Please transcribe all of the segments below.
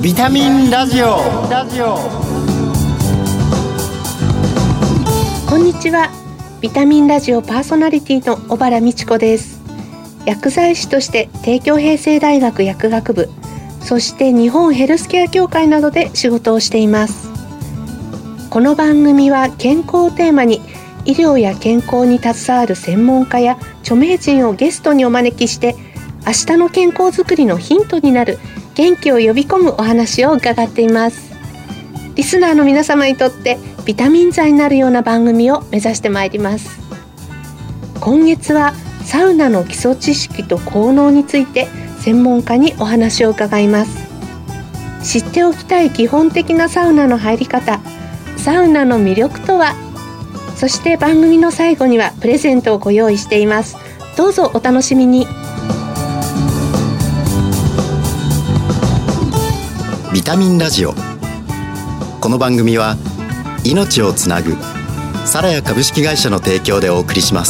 ビタミンラジオ。 こんにちは。ビタミンラジオパーソナリティの小原美智子です。薬剤師として帝京平成大学薬学部、そして日本ヘルスケア協会などで仕事をしています。この番組は健康をテーマに、医療や健康に携わる専門家や著名人をゲストにお招きして、明日の健康づくりのヒントになる元気を呼び込むお話を伺っています。リスナーの皆様にとってビタミン剤になるような番組を目指してまいります。今月はサウナの基礎知識と効能について専門家にお話を伺います。知っておきたい基本的なサウナの入り方、サウナの魅力とは。そして番組の最後にはプレゼントをご用意しています。どうぞお楽しみに。 ビタミンラジオ。この番組は命をつなぐサラヤ株式会社の提供でお送りします。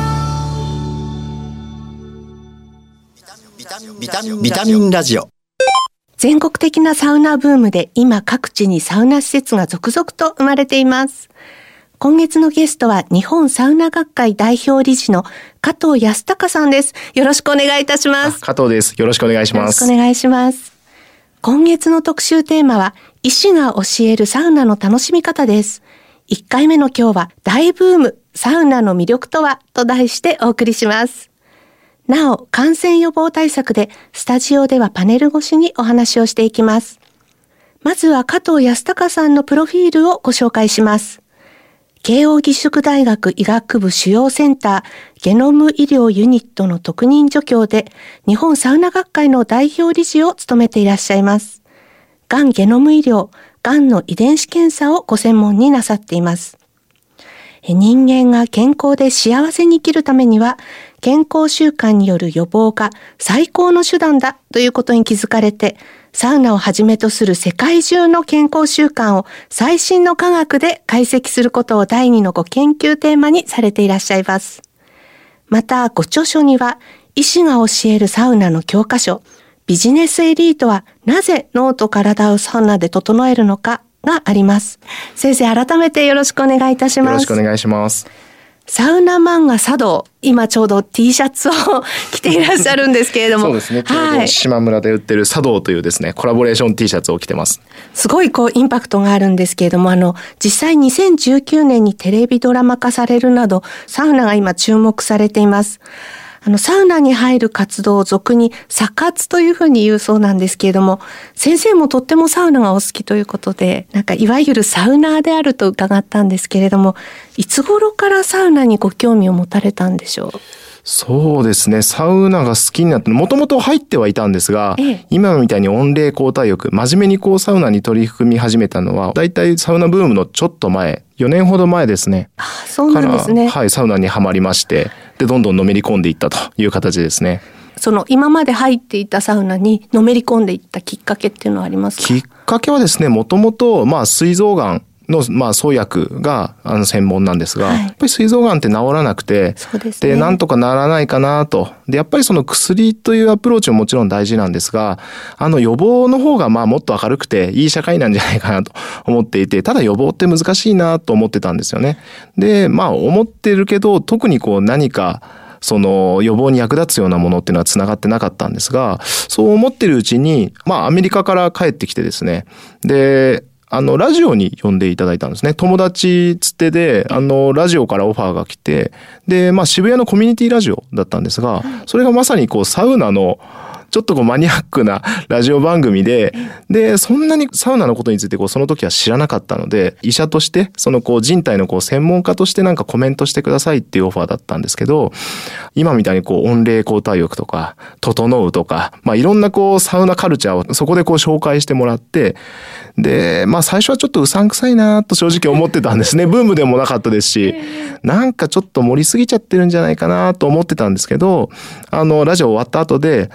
ビタミンラジオ。 全国的なサウナブームで今各地にサウナ施設が続々と生まれています。今月のゲストは日本サウナ学会代表理事の加藤康隆さんです。よろしくお願いいたします。 加藤です。よろしくお願いします。 よろしくお願いします。今月の特集テーマは医師が教えるサウナの楽しみ方です。1回目の今日は大ブームサウナの魅力とはと題してお送りします。なお感染予防対策でスタジオではパネル越しにお話をしていきます。まずは加藤康隆さんのプロフィールをご紹介します。慶應義塾大学医学部腫瘍センターゲノム医療ユニットの特任助教で日本サウナ学会の代表理事を務めていらっしゃいます。がんゲノム医療、がんの遺伝子検査をご専門になさっています。人間が健康で幸せに生きるためには健康習慣による予防が最高の手段だということに気づかれて、サウナをはじめとする世界中の健康習慣を最新の科学で解析することを第2のご研究テーマにされていらっしゃいます。またご著書には医師が教えるサウナの教科書、ビジネスエリートはなぜ脳と体をサウナで整えるのかがあります。先生、改めてよろしくお願いいたします。 よろしくお願いします。 サウナ漫画茶道、今ちょうど T シャツを着ていらっしゃるんですけれどもそうですね、ちょうど島村で売ってる茶道というですね、コラボレーション T シャツを着てます。 すごいインパクトがあるんですけれども、実際2019年にテレビドラマ化されるなどサウナが今注目されています。サウナに入る活動を俗にサ活というふうに言うそうなんですけれども、先生もとってもサウナがお好きということで、いわゆるサウナーであると伺ったんですけれども、いつ頃からサウナにご興味を持たれたんでしょう？ そうですね、サウナが好きになって、もともと入ってはいたんですが、今みたいに温冷交代浴、真面目にサウナに取り組み始めたのは、だいたいサウナブームのちょっと前、4年ほど前ですね。 そうなんですね。 はい、サウナにはまりまして、で、どんどんのめり込んでいったという形ですね。 今まで入っていたサウナにのめり込んでいったきっかけっていうのはありますか？ きっかけはですね、もともと、膵臓がんの創薬が専門なんですが、やっぱり膵臓がんって治らなくて、 そうですね、 でなんとかならないかなと。でやっぱりその薬というアプローチももちろん大事なんですが、予防の方がもっと明るくていい社会なんじゃないかなと思っていて、ただ予防って難しいなと思ってたんですよね。で思ってるけど、特に何かその予防に役立つようなものっていうのは繋がってなかったんですが、そう思ってるうちにアメリカから帰ってきてですね、でラジオに呼んでいただいたんですね。友達つてで、ラジオからオファーが来て、で、渋谷のコミュニティラジオだったんですが、それがまさにサウナの、ちょっとマニアックなラジオ番組で、そんなにサウナのことについてその時は知らなかったので、医者として、人体の専門家としてコメントしてくださいっていうオファーだったんですけど、今みたいに温冷交代浴とか、整うとか、いろんなサウナカルチャーをそこで紹介してもらって、で、最初はちょっとうさんくさいなと正直思ってたんですね。ブームでもなかったですし、ちょっと盛りすぎちゃってるんじゃないかなと思ってたんですけど、ラジオ終わった後で、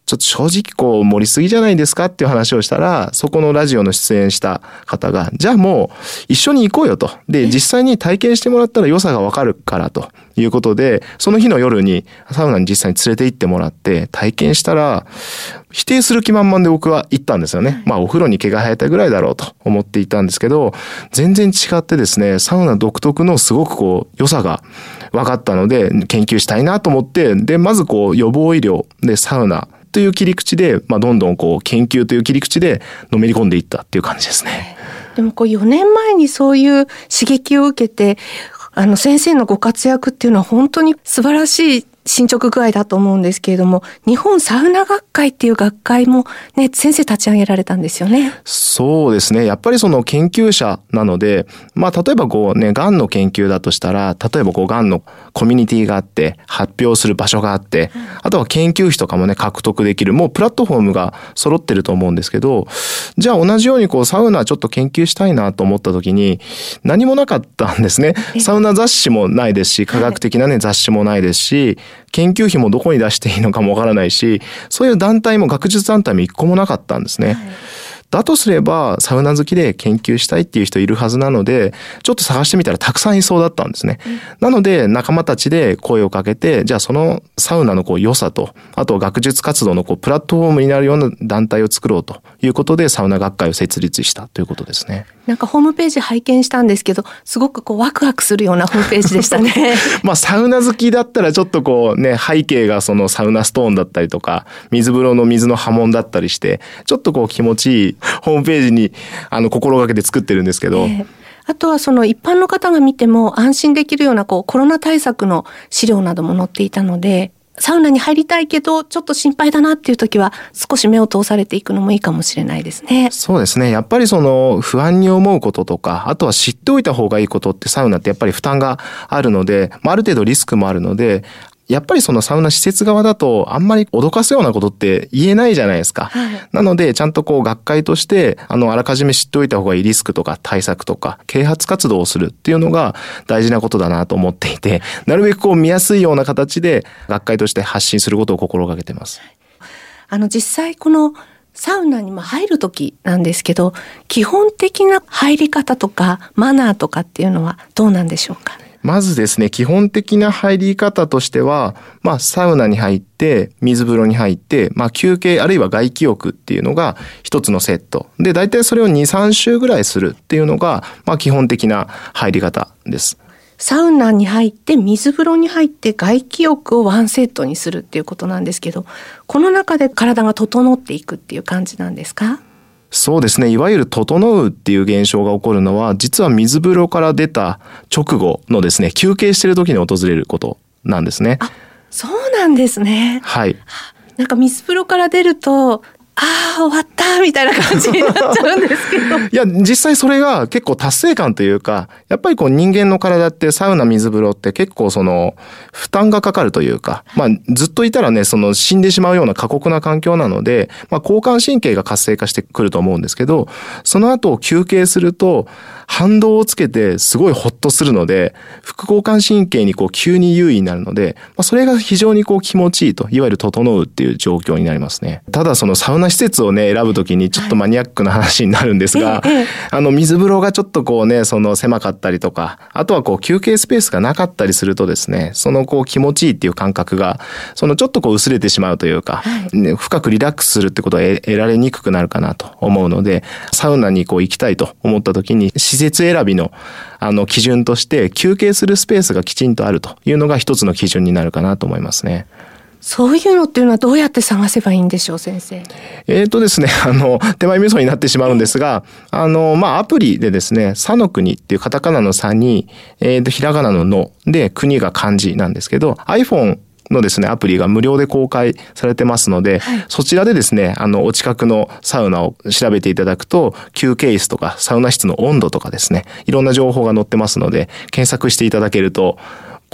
ちょっと正直こう盛りすぎじゃないですかっていう話をしたら、そこのラジオの出演した方が、じゃあもう一緒に行こうよと。で、実際に体験してもらったら良さがわかるからということで、その日の夜にサウナに実際に連れて行ってもらって体験したら、否定する気満々で僕は行ったんですよね。まあお風呂に毛が生えたぐらいだろうと思っていたんですけど、全然違ってですね、サウナ独特のすごくこう良さが分かったので研究したいなと思って、でまずこう予防医療でサウナという切り口で、どんどんこう研究という切り口でのめり込んでいったっていう感じですね。 でもこう4年前にそういう刺激を受けて、先生のご活躍っていうのは本当に素晴らしい進捗具合だと思うんですけれども、日本サウナ学会っていう学会もね、先生立ち上げられたんですよね。 そうですね。やっぱりその研究者なので、例えばこうね、がんの研究だとしたら、例えばこうがんのコミュニティがあって、発表する場所があって、あとは研究費とかもね、獲得できる、もうプラットフォームが揃ってると思うんですけど、じゃあ同じようにこうサウナちょっと研究したいなと思った時に、何もなかったんですね。サウナ雑誌もないですし、科学的なね、雑誌もないですし、研究費もどこに出していいのかもわからないし、そういう団体も学術団体も一個もなかったんですね。だとすればサウナ好きで研究したいっていう人いるはずなので、ちょっと探してみたらたくさんいそうだったんですね。なので仲間たちで声をかけて、じゃあそのサウナのこう良さと、あと学術活動のこうプラットフォームになるような団体を作ろうということでサウナ学会を設立したということですね。 なんかホームページ拝見したんですけど、すごくこうワクワクするようなホームページでしたね。 サウナ好きだったらちょっとこうね、背景がそのサウナストーンだったりとか、水風呂の水の波紋だったりして、ちょっとこう気持ちいいホームページに心がけて作ってるんですけど、 あとはその一般の方が見ても安心できるようなこうコロナ対策の資料なども載っていたので、サウナに入りたいけどちょっと心配だなっていう時は少し目を通されていくのもいいかもしれないですね。 そうですね。やっぱりその不安に思うこととか、あとは知っておいた方がいいことってサウナってやっぱり負担があるので、ある程度リスクもあるので、やっぱりそのサウナ施設側だとあんまり脅かすようなことって言えないじゃないですか。なのでちゃんとこう学会としてあらかじめ知っておいた方がいいリスクとか対策とか啓発活動をするっていうのが大事なことだなと思っていて、なるべくこう見やすいような形で学会として発信することを心がけてます。 実際このサウナに入る時なんですけど、基本的な入り方とかマナーとかっていうのはどうなんでしょうか。 まずですね、基本的な入り方としては、サウナに入って、水風呂に入って、休憩あるいは外気浴っていうのが一つのセット。で、大体それを2、3週ぐらいするっていうのが、基本的な入り方です。 サウナに入って、水風呂に入って、外気浴をワンセットにするっていうことなんですけど、この中で体が整っていくっていう感じなんですか？ そうですね。いわゆる整うっていう現象が起こるのは、実は水風呂から出た直後のですね、休憩している時に訪れることなんですね。 そうなんですね。 はい。 なんか水風呂から出ると、終わったみたいな感じになっちゃうんですけど。 いや、実際それが結構達成感というか、やっぱりこう人間の体ってサウナ水風呂って結構その負担がかかるというか、ずっといたらね、その死んでしまうような過酷な環境なので、交感神経が活性化してくると思うんですけど、その後休憩すると反動をつけてすごいホッとするので、副交感神経にこう急に優位になるので、それが非常にこう気持ちいいと、いわゆる整うっていう状況になりますね。ただそのサウナ施設をね、選ぶときにちょっとマニアックな話になるんですが、水風呂がちょっとこうね、その狭かったりとか、あとはこう休憩スペースがなかったりするとですね、そのこう気持ちいいっていう感覚が、そのちょっとこう薄れてしまうというか、深くリラックスするってことは得られにくくなるかなと思うので、サウナにこう行きたいと思ったときに、施設選びの基準として休憩するスペースがきちんとあるというのが一つの基準になるかなと思いますね。 そういうのっていうのはどうやって探せばいいんでしょう、先生。 ですね、手前味噌になってしまうんですが、アプリでですね、さの国っていうカタカナのさに、ひらがなのので、国が漢字なんですけど、iPhone のですね、アプリが無料で公開されてますので、そちらでですね、お近くのサウナを調べていただくと、休憩室とかサウナ室の温度とかですね、いろんな情報が載ってますので、検索していただけると、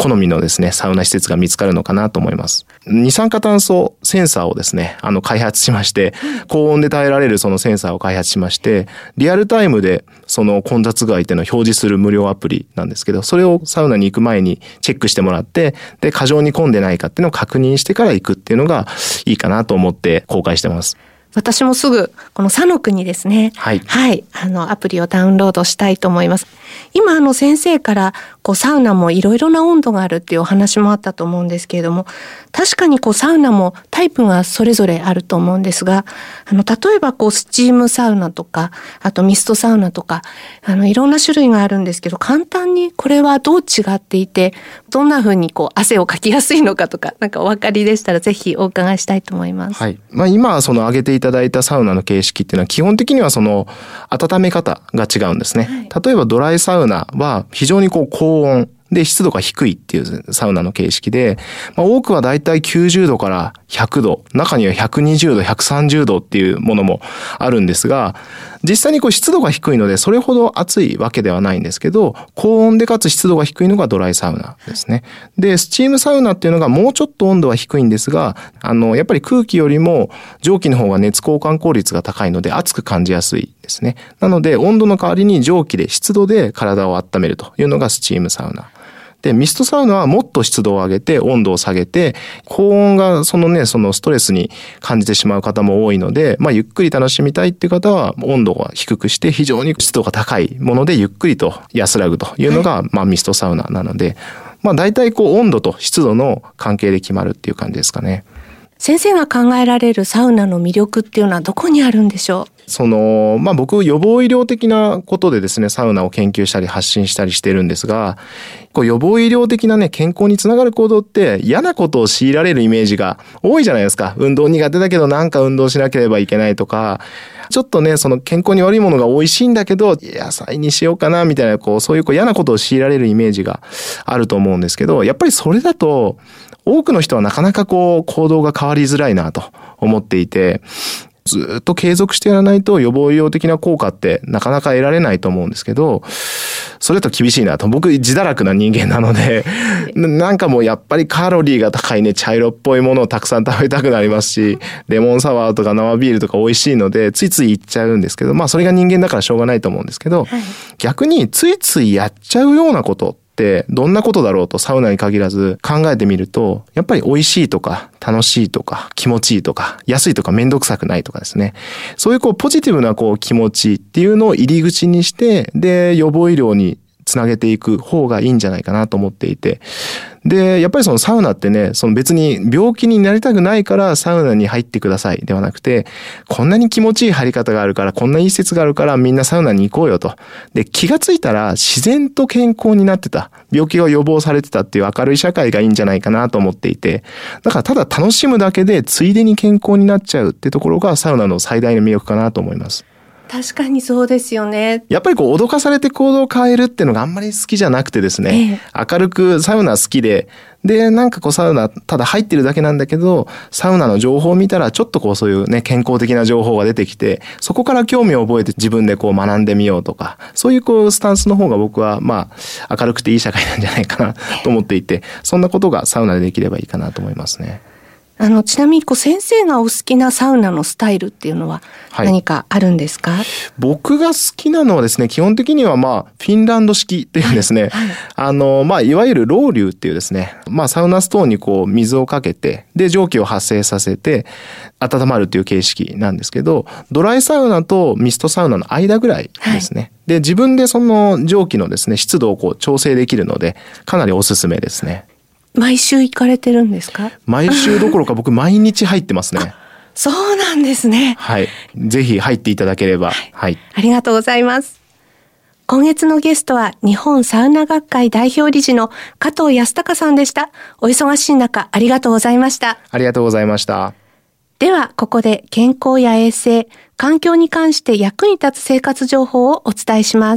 好みのですね、サウナ施設が見つかるのかなと思います。二酸化炭素センサーをですね、開発しまして、高温で耐えられるそのセンサーを開発しまして、リアルタイムでその混雑具合っていうのを表示する無料アプリなんですけど、それをサウナに行く前にチェックしてもらって、で、過剰に混んでないかっていうのを確認してから行くっていうのがいいかなと思って公開してます。 私もすぐこのサノクにですね、はい、アプリをダウンロードしたいと思います。今先生からサウナもいろいろな温度があるっていうお話もあったと思うんですけれども、確かにサウナもタイプがそれぞれあると思うんですが、例えばスチームサウナとか、あとミストサウナとか、いろんな種類があるんですけど、簡単にこれはどう違っていて、どんな風に汗をかきやすいのかとか、なんかお分かりでしたらぜひお伺いしたいと思います。 はい。今挙げていただいたサウナの形式っていうのは基本的には温め方が違うんですね。はい、例えばドライサウナは非常に高温で湿度が低いっていうサウナの形式で、多くはだいたい90度から100度、中には120度、130度っていうものもあるんですが、実際に湿度が低いのでそれほど暑いわけではないんですけど、高温でかつ湿度が低いのがドライサウナですね。で、スチームサウナっていうのがもうちょっと温度は低いんですが、やっぱり空気よりも蒸気の方が熱交換効率が高いので熱く感じやすいですね。なので温度の代わりに蒸気で湿度で体を温めるというのがスチームサウナ。で、ミストサウナはもっと湿度を上げて温度を下げて、高温がそのストレスに感じてしまう方も多いので、ゆっくり楽しみたいっていう方は温度が低くして非常に湿度が高いものでゆっくりと安らぐというのが、ミストサウナなので、大体温度と湿度の関係で決まるっていう感じですかね。 先生が考えられるサウナの魅力っていうのはどこにあるんでしょう？ 僕予防医療的なことでですね、サウナを研究したり発信したりしてるんですが、予防医療的なね、健康につながる行動って嫌なことを強いられるイメージが多いじゃないですか。運動苦手だけどなんか運動しなければいけないとか、ちょっとね、健康に悪いものが美味しいんだけど、野菜にしようかなみたいな、そういう嫌なことを強いられるイメージがあると思うんですけど、やっぱりそれだと多くの人はなかなか行動が変わりづらいなと思っていて、ずっと継続してやらないと予防医療的な効果ってなかなか得られないと思うんですけど、それだと厳しいなと。僕自堕落な人間なので、なんかもうやっぱりカロリーが高いね、茶色っぽいものをたくさん食べたくなりますし、レモンサワーとか生ビールとか美味しいのでついつい行っちゃうんですけど、それが人間だからしょうがないと思うんですけど、逆についついやっちゃうようなことってどんなことだろうとサウナに限らず考えてみると、やっぱり美味しいとか楽しいとか気持ちいいとか安いとかめんどくさくないとかですね、そういうポジティブな気持ちっていうのを入り口にして、で予防医療につなげていく方がいいんじゃないかなと思っていて、でやっぱりサウナってね、別に病気になりたくないからサウナに入ってくださいではなくて、こんなに気持ちいい入り方があるから、こんないい施設があるからみんなサウナに行こうよと。で気がついたら自然と健康になってた、病気が予防されてたっていう明るい社会がいいんじゃないかなと思っていて、だからただ楽しむだけでついでに健康になっちゃうってところがサウナの最大の魅力かなと思います。 確かにそうですよね。 やっぱり脅かされて行動を変えるっていうのがあんまり好きじゃなくてですね、明るくサウナ好きで、なんかサウナただ入ってるだけなんだけど、サウナの情報を見たらちょっとそういうね、健康的な情報が出てきて、そこから興味を覚えて自分で学んでみようとか、そういうスタンスの方が僕は明るくていい社会なんじゃないかなと思っていて、そんなことがサウナでできればいいかなと思いますね。 ちなみに先生がお好きなサウナのスタイルっていうのは何かあるんですか？ 僕が好きなのはですね、基本的にはフィンランド式っていうですね、いわゆるロウリュっていうですね、サウナストーンに水をかけて、で蒸気を発生させて温まるという形式なんですけど、ドライサウナとミストサウナの間ぐらいですね。で自分でその蒸気のですね湿度を調整できるので、かなりおすすめですね。 毎週行かれてるんですか？ 毎週どころか僕毎日入ってますね。 そうなんですね。 はい。ぜひ入っていただければ。はい。 ありがとうございます。今月のゲストは日本サウナ学会代表理事の加藤康隆さんでした。お忙しい中ありがとうございました。 ありがとうございました。 ではここで健康や衛生、環境に関して役に立つ生活情報をお伝えします。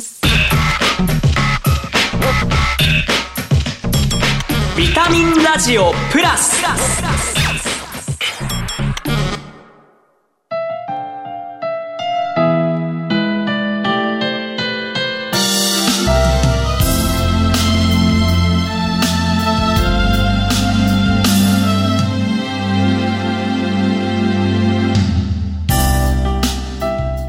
ビタミンラジオプラス。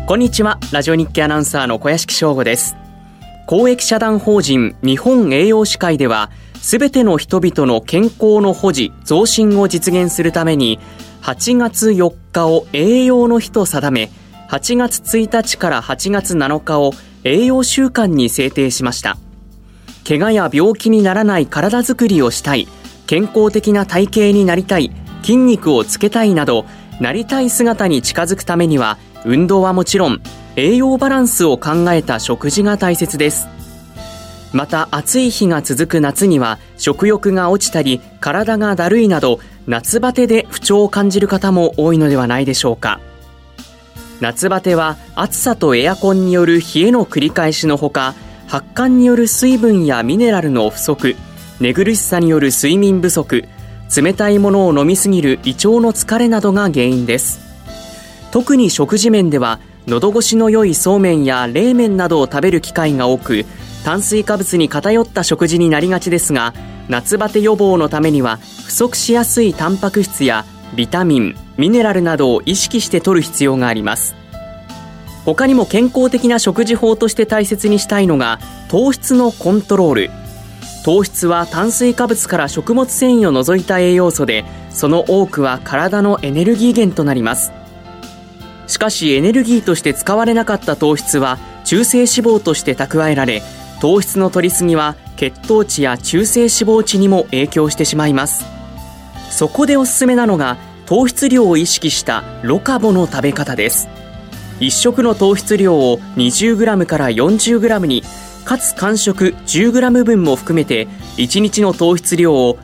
こんにちは。ラジオ日経アナウンサーの小屋敷翔吾です。公益社団法人日本栄養士会では、すべての人々の健康の保持増進を実現するために、8月4日を栄養の日と定め、8月1日から8月7日を栄養週間に制定しました。怪我や病気にならない体づくりをしたい、健康的な体型になりたい、筋肉をつけたいなど、なりたい姿に近づくためには、運動はもちろん栄養バランスを考えた食事が大切です。また暑い日が続く夏には食欲が落ちたり体がだるいなど、夏バテで不調を感じる方も多いのではないでしょうか。夏バテは暑さとエアコンによる冷えの繰り返しのほか、発汗による水分やミネラルの不足、寝苦しさによる睡眠不足、冷たいものを飲みすぎる胃腸の疲れなどが原因です。特に食事面では、喉越しの良いそうめんや冷麺などを食べる機会が多く、炭水化物に偏った食事になりがちですが、夏バテ予防のためには不足しやすいタンパク質やビタミン、ミネラルなどを意識して摂る必要があります。他にも健康的な食事法として大切にしたいのが糖質のコントロール。糖質は炭水化物から食物繊維を除いた栄養素で、その多くは体のエネルギー源となります。しかしエネルギーとして使われなかった糖質は中性脂肪として蓄えられ、糖質の摂りすぎは血糖値や中性脂肪値にも影響してしまいます。そこでおすすめなのが糖質量を意識したロカボの食べ方です。1食の糖質量を 20g から 40g に、かつ間食 10g 分も含めて1日の糖質量を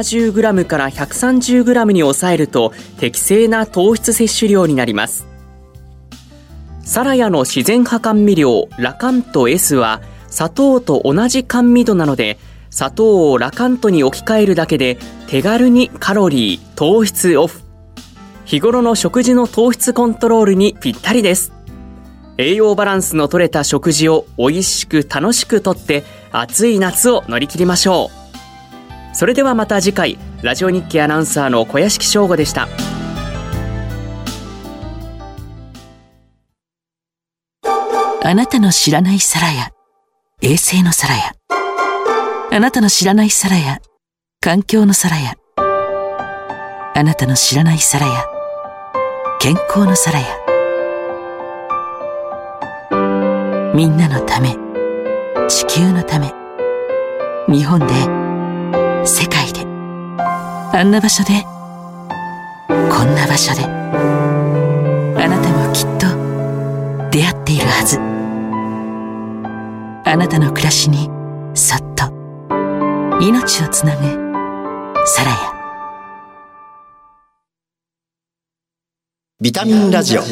70g から 130g に抑えると適正な糖質摂取量になります。サラヤの自然派甘味料ラカント S は砂糖と同じ甘味度なので、砂糖をラカントに置き換えるだけで手軽にカロリー、糖質オフ。日頃の食事の糖質コントロールにぴったりです。栄養バランスの取れた食事を美味しく楽しくとって、暑い夏を乗り切りましょう。それではまた次回、ラジオ日経アナウンサーの小屋敷翔吾でした。 あなたの知らないサラヤ、衛生のサラヤ。あなたの知らないサラヤ、環境のサラヤ。あなたの知らないサラヤ、健康のサラヤ。みんなのため、地球のため、日本で、世界で、あんな場所で、こんな場所で、あなたもきっと出会っているはず。あなたの暮らしにそっと命をつなぐサラヤ。 ビタミンラジオ。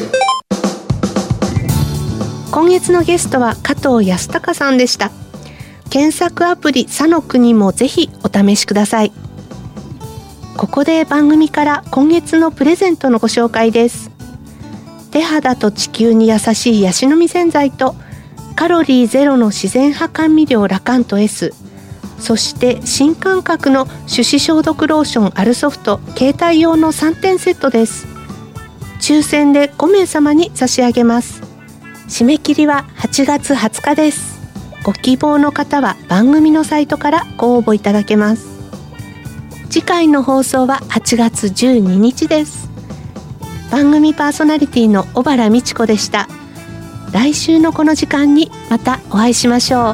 今月のゲストは加藤康隆さんでした。検索アプリさの国もぜひお試しください。ここで番組から今月のプレゼントのご紹介です。手肌と地球に優しいヤシの実洗剤とカロリーゼロの自然派甘味料ラカント S、 そして新感覚の手指消毒ローションアルソフト携帯用の3点セットです。抽選で5名様に差し上げます。締め切りは8月20日です。ご希望の方は番組のサイトからご応募いただけます。次回の放送は8月12日です。番組パーソナリティの小原美智子でした。来週のこの時間にまたお会いしましょう。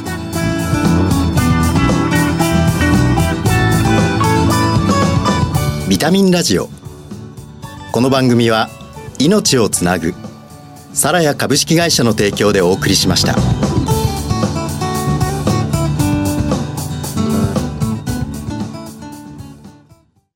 ビタミンラジオ。この番組は命をつなぐサラヤ株式会社の提供でお送りしました。